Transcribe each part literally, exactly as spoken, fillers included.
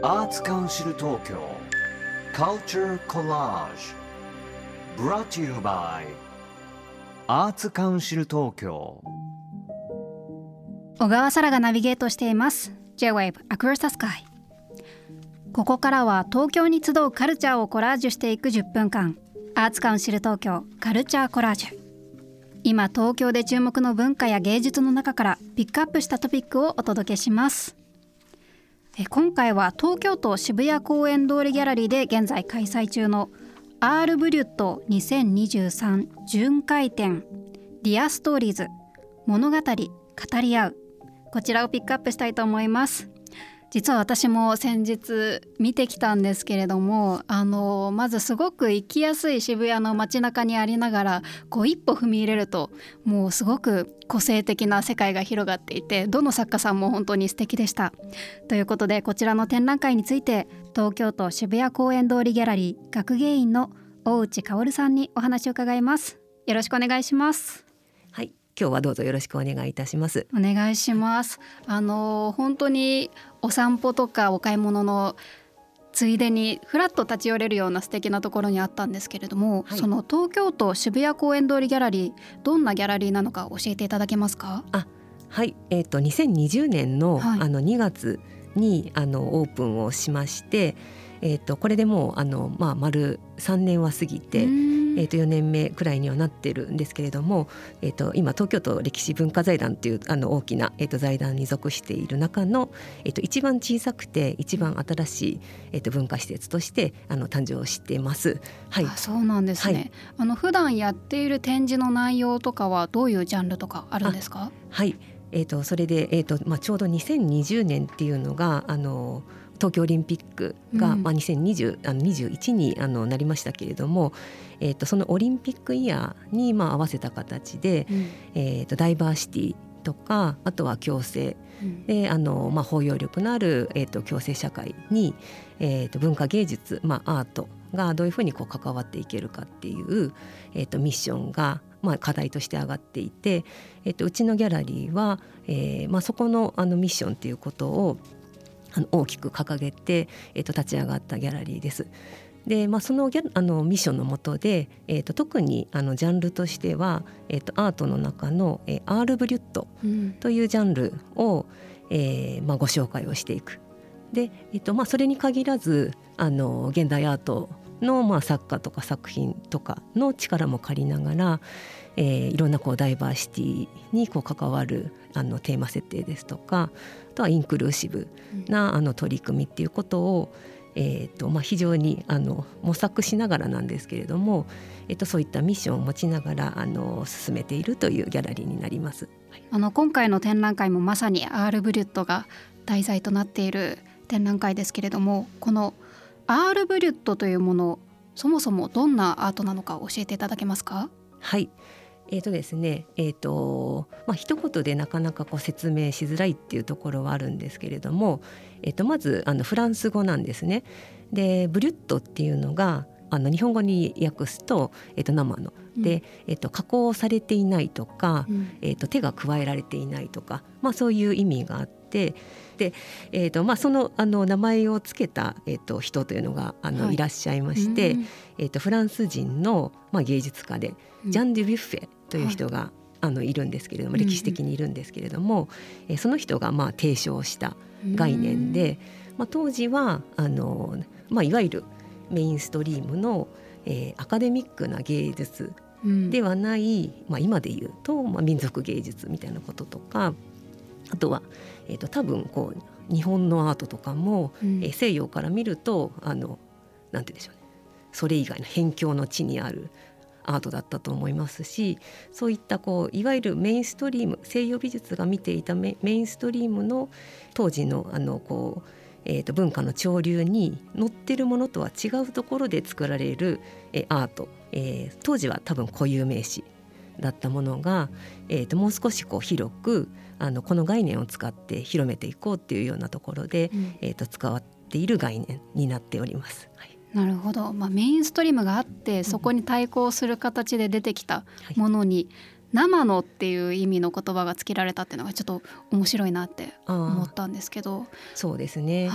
Arts Council Tokyo Culture Collage Brought to you by Arts Council Tokyo。 小川沙羅がナビゲートしています J-Wave Across the Sky。 ここからは東京に集うカルチャーをコラージュしていくじゅっぷんかん、アーツカウンシル東京カルチャーコラージュ。今東京で注目の文化や芸術の中からピックアップしたトピックをお届けします。え今回は東京都渋谷公園通りギャラリーで現在開催中のアールブリュットにせんにじゅうさん巡回展ディアストーリーズ物語語り合う、こちらをピックアップしたいと思います。実は私も先日見てきたんですけれども、あのまずすごく行きやすい渋谷の街中にありながら、こう一歩踏み入れるともうすごく個性的な世界が広がっていて、どの作家さんも本当に素敵でした。ということでこちらの展覧会について東京都渋谷公園通りギャラリー学芸員の大内薫さんにお話を伺います。よろしくお願いします。 はい、今日はどうぞよろしくお願いいたします。 お願いします。あの本当にお散歩とかお買い物のついでにふらっと立ち寄れるような素敵なところにあったんですけれども、はい、その東京都渋谷公園通りギャラリー、どんなギャラリーなのか教えていただけますか？ あ、はい、えーと、にせんにじゅうねん の,、はい、あのにがつにあのオープンをしまして、えーと、これでもうあの、まあ、丸さんねんは過ぎて、えー、とよねんめくらいにはなってるんですけれども、えー、と今東京都歴史文化財団というあの大きな、えー、と財団に属している中の、えー、と一番小さくて一番新しい、えー、と文化施設としてあの誕生しています。はい、 あ、そうなんですね。はい、あの普段やっている展示の内容とかはどういうジャンルとかあるんですか？ はい、えー、とそれで、えーとまあ、ちょうどにせんにじゅうねんっていうのがあの東京オリンピックが、うんまあ、にせんにじゅう、あのにじゅういちにあのなりましたけれども、えー、とそのオリンピックイヤーに、まあ、合わせた形で、うんえー、とダイバーシティとか、あとは共生、うん、であの、まあ、包容力のある、えー、と共生社会に、えー、と文化芸術、まあ、アートがどういうふうにこう関わっていけるかっていう、えー、とミッションがまあ、課題として上がっていて、えー、とうちのギャラリーは、えーまあ、そこの、あのミッションということをあの大きく掲げて、えー、と立ち上がったギャラリーです。で、まあ、そのギャあのミッションの下で、えー、と特にあのジャンルとしては、えー、とアートの中の、えー、アールブリュットというジャンルを、うんえーまあ、ご紹介をしていく。で、えーとまあ、それに限らずあの現代アートの、まあ、作家とか作品とかの力も借りながら、えー、いろんなこうダイバーシティにこう関わるあのテーマ設定ですとか、あとはインクルーシブなあの取り組みっていうことを、えーとまあ、非常にあの模索しながらなんですけれども、えー、とそういったミッションを持ちながらあの進めているというギャラリーになります。はい、 あの今回の展覧会もまさにアールブリュットが題材となっている展覧会ですけれども、このアールブリュットというもの、そもそもどんなアートなのか教えていただけますか？ はい、えーとですねえーとまあ、一言でなかなかこう説明しづらいっていうところはあるんですけれども、えーとまずあのフランス語なんですね。でブリュットっていうのがあの日本語に訳すと、えー、と生ので、うんえー、と加工されていないとか、うんえー、と手が加えられていないとか、まあ、そういう意味があって、で、えーとまあ、その、あの名前をつけた、えー、と人というのがあの、はい、いらっしゃいまして、うんえー、とフランス人の、まあ、芸術家で、うん、ジャン・デュ・ビュッフェという人が、はい、あのいるんですけれども、歴史的にいるんですけれども、うんえー、その人がまあ提唱した概念で、うんまあ、当時はあの、まあ、いわゆるメインストリームの、えー、アカデミックな芸術ではない、うんまあ、今で言うと、まあ、民族芸術みたいなこととか、あとは、えー、と多分こう日本のアートとかも、うんえー、西洋から見るとあのなんて言うんでしょうね、それ以外の辺境の地にあるアートだったと思いますし、そういったこういわゆるメインストリーム、西洋美術が見ていた メ, メインストリームの当時の、あのこう、えー、と文化の潮流に乗ってるものとは違うところで作られる、えー、アート、えー、当時は多分固有名詞だったものが、えー、ともう少しこう広くあのこの概念を使って広めていこうっていうようなところで、うんえー、と使っている概念になっております。はい、 なるほど、まあ、メインストリームがあってそこに対抗する形で出てきたものに、うんはい、生のっていう意味の言葉がつけられたっていうのがちょっと面白いなって思ったんですけど。 そうですね、 はい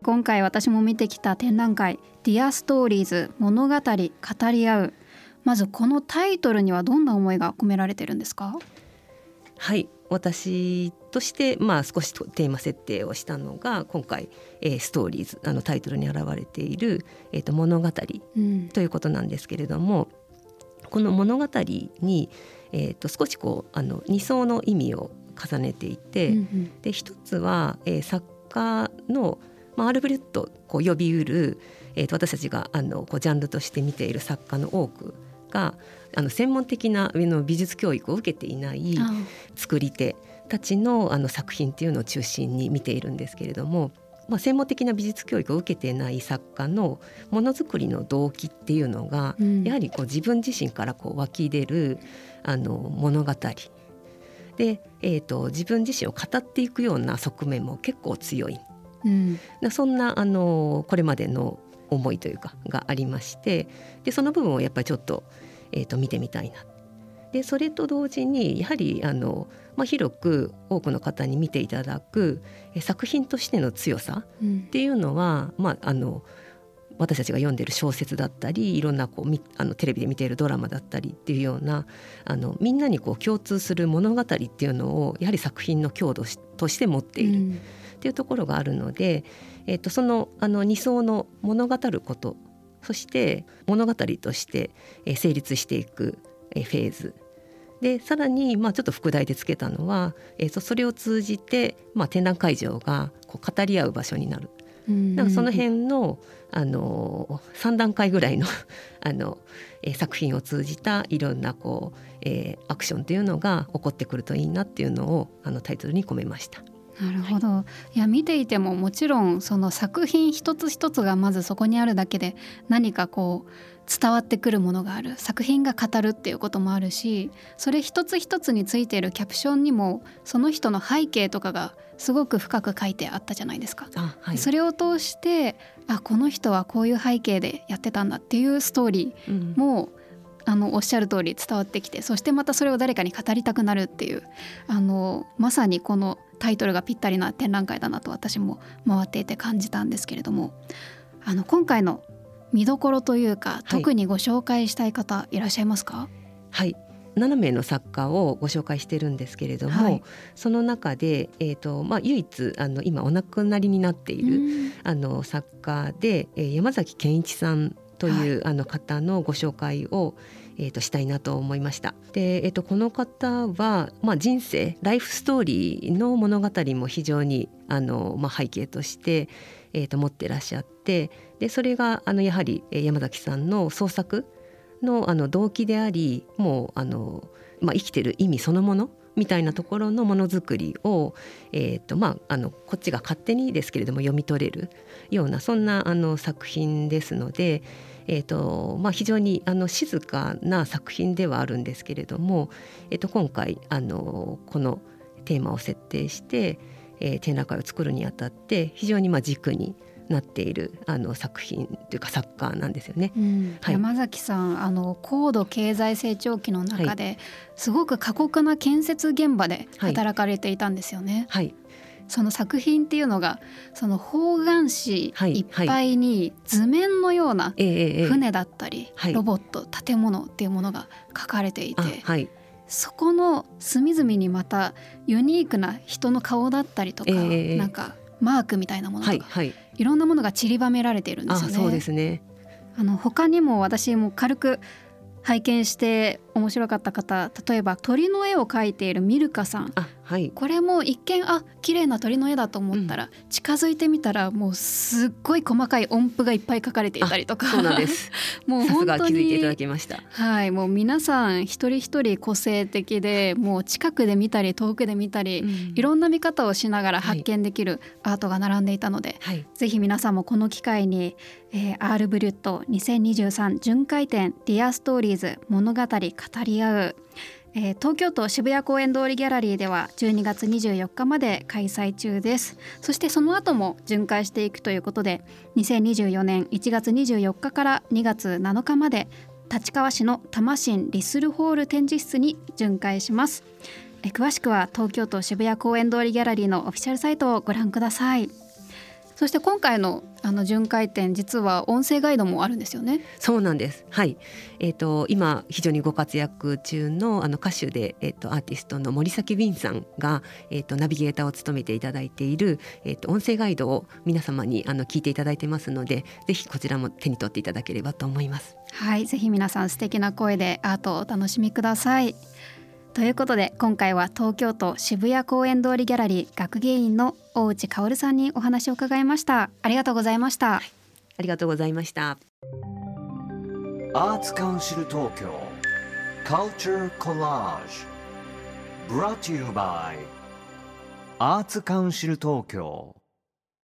今回私も見てきた展覧会 Dear Stories 物語語り合う、まずこのタイトルにはどんな思いが込められているんですか？ はい、私として、まあ、少しテーマ設定をしたのが今回、えー、ストーリーズあのタイトルに表れている、えー、と物語ということなんですけれども、うん、この物語に、えー、と少しこうあのに層の意味を重ねていて、うんうん、で一つは、えー、作家の、まあ、アルフレッドこう呼びうる、えー、と私たちがあのこうジャンルとして見ている作家の多くがあの専門的なの美術教育を受けていない作り手たち の, あの作品っていうのを中心に見ているんですけれども、まあ、専門的な美術教育を受けていない作家のものづくりの動機っていうのが、うん、やはりこう自分自身からこう湧き出るあの物語で、えー、と自分自身を語っていくような側面も結構強い、うん、そんなあのこれまでの思いというかがありまして、でその部分をやっぱりちょっと、えー、と見てみたいな。でそれと同時にやはりあの、まあ、広く多くの方に見ていただくえ作品としての強さっていうのは、うんまあ、あの私たちが読んでいる小説だったりいろんなこうあのテレビで見ているドラマだったりっていうようなあのみんなにこう共通する物語っていうのをやはり作品の強度として持っている、うんっていうところがあるので、えー、とその、あのに層の物語ること、そして物語として成立していくフェーズで、さらにまあちょっと副題でつけたのは、えー、とそれを通じて、まあ、展覧会場がこう語り合う場所になる。なんかその辺の、あのさん段階ぐらいのあの、えー、作品を通じたいろんなこう、えー、アクションというのが起こってくるといいなっていうのをあのタイトルに込めました。 なるほど、はい、いや見ていてももちろんその作品一つ一つがまずそこにあるだけで何かこう伝わってくるものがある、作品が語るっていうこともあるし、それ一つ一つについているキャプションにもその人の背景とかがすごく深く書いてあったじゃないですか。あ、はい、それを通してあこの人はこういう背景でやってたんだっていうストーリーも、うんあのおっしゃる通り伝わってきて、そしてまたそれを誰かに語りたくなるっていうあのまさにこのタイトルがぴったりな展覧会だなと私も回っていて感じたんですけれども、あの今回の見どころというか、はい、特にご紹介したい方いらっしゃいますか？ はい、なな名の作家をご紹介してるんですけれども、はい、その中で、えーとまあ、唯一あの今お亡くなりになっているあの作家で、えー、山崎健一さんという、はい、あの方のご紹介を、えー、としたいなと思いました。で、えー、とこの方は、まあ、人生ライフストーリーの物語も非常にあの、まあ、背景として、えー、と持ってらっしゃって、でそれがあのやはり山崎さんの創作 の, あの動機であり、もうあの、まあ、生きてる意味そのものみたいなところのものづくりを、えーとまあ、あのこっちが勝手にですけれども読み取れるようなそんなあの作品ですので、えーとまあ、非常にあの静かな作品ではあるんですけれども、えー、と今回あのこのテーマを設定して、えー、展覧会を作るにあたって非常にまあ軸になっているあの作品というか作家なんですよね、 うんはい、山崎さんあの高度経済成長期の中で、はい、すごく過酷な建設現場で働かれていたんですよね、はいはい、その作品っていうのがその方眼紙いっぱいに図面のような船だったり、はい、ロボット建物っていうものが書かれていて、はい、そこの隅々にまたユニークな人の顔だったりとか、えー、なんかマークみたいなものとか、はいはい、いろんなものが散りばめられているんですよね。 あ、そうですね。 あの他にも私も軽く拝見して面白かった方、例えば鳥の絵を描いているミルカさん、あ、はい、これも一見あ綺麗な鳥の絵だと思ったら、うん、近づいてみたらもうすっごい細かい音符がいっぱい描かれていたりとか、 そうなんですもう本当にさすが気づいていただきました。 はい、もう皆さん一人一人個性的で、もう近くで見たり遠くで見たり、うん、いろんな見方をしながら発見できるアートが並んでいたので、はい、ぜひ皆さんもこの機会に、えー、アールブリュットにせんにじゅうさん巡回展ディアストーリーズ物語語り合う、えー、東京都渋谷公園通りギャラリーではじゅうにがつにじゅうよっかまで開催中です。そしてその後も巡回していくということで、にせんにじゅうよねんいちがつにじゅうよっかからにがつなのかまで立川市の多摩新リスルホール展示室に巡回します。えー、詳しくは東京都渋谷公園通りギャラリーのオフィシャルサイトをご覧ください。 そして今回のあの巡回展、実は音声ガイドもあるんですよね。 そうなんです。はい。えっ、と今非常にご活躍中のあの歌手でえっ、とアーティストの森崎ウィンさんがえっ、とナビゲーターを務めていただいているえっ、と音声ガイドを皆様にあの聞いていただいてますので、ぜひこちらも手に取っていただければと思います。 はい、ぜひ皆さん素敵な声でアートをお楽しみください。ということで今回は東京都渋谷公園通りギャラリー学芸員の大内薫さんにお話を伺いました。ありがとうございました。はい、 ありがとうございました。 アーツカウンシル東京 Culture Collage Brought to you by アーツカウンシル東京